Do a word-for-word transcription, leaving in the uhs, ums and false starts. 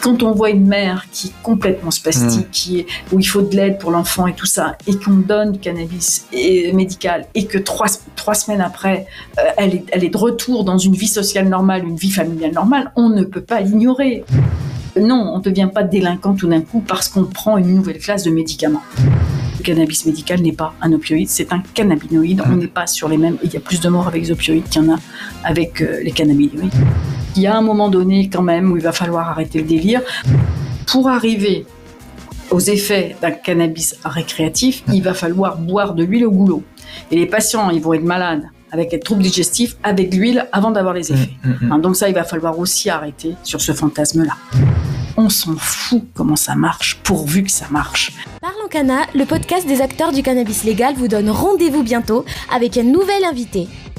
Quand on voit une mère qui est complètement spastique, mmh. qui est, où il faut de l'aide pour l'enfant et tout ça, et qu'on donne du cannabis et, médical, et que trois, trois semaines après, euh, elle, est, elle est de retour dans une vie sociale normale, une vie familiale normale, on ne peut pas l'ignorer. Non, on ne devient pas délinquant tout d'un coup parce qu'on prend une nouvelle classe de médicaments. Le cannabis médical n'est pas un opioïde, c'est un cannabinoïde. On n'est pas sur les mêmes. Il y a plus de morts avec les opioïdes qu'il y en a avec euh, les cannabinoïdes. Il y a un moment donné quand même où il va falloir arrêter le délire. Pour arriver aux effets d'un cannabis récréatif, il va falloir boire de l'huile au goulot. Et les patients, ils vont être malades avec des troubles digestifs, avec l'huile, avant d'avoir les effets. Mmh, mmh. Hein, donc ça, il va falloir aussi arrêter sur ce fantasme-là. On s'en fout comment ça marche, pourvu que ça marche. Parlons Cana, le podcast des acteurs du cannabis légal vous donne rendez-vous bientôt avec un nouvel invité.